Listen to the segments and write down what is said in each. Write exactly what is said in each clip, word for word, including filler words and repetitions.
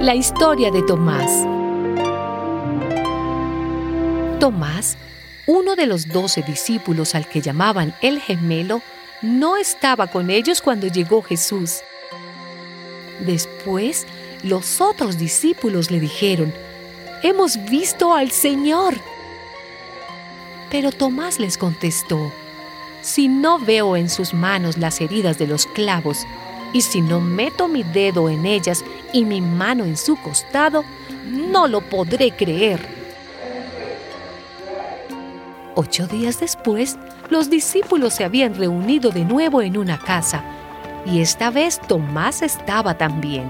La historia de Tomás. Tomás, uno de los doce discípulos al que llamaban el gemelo, no estaba con ellos cuando llegó Jesús. Después, los otros discípulos le dijeron: «¡Hemos visto al Señor!». Pero Tomás les contestó: «Si no veo en sus manos las heridas de los clavos, y si no meto mi dedo en ellas y mi mano en su costado, no lo podré creer». Ocho días después, los discípulos se habían reunido de nuevo en una casa, y esta vez Tomás estaba también.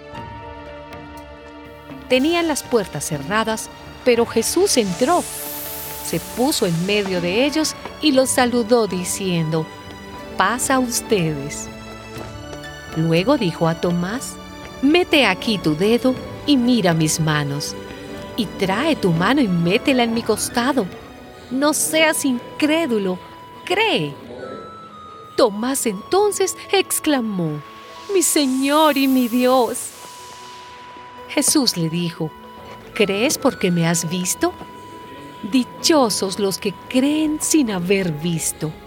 Tenían las puertas cerradas, pero Jesús entró. Se puso en medio de ellos y los saludó diciendo: «Paz a ustedes». Luego dijo a Tomás: «Mete aquí tu dedo y mira mis manos, y trae tu mano y métela en mi costado. No seas incrédulo, cree». Tomás entonces exclamó: «Mi Señor y mi Dios». Jesús le dijo: «¿Crees porque me has visto? Dichosos los que creen sin haber visto».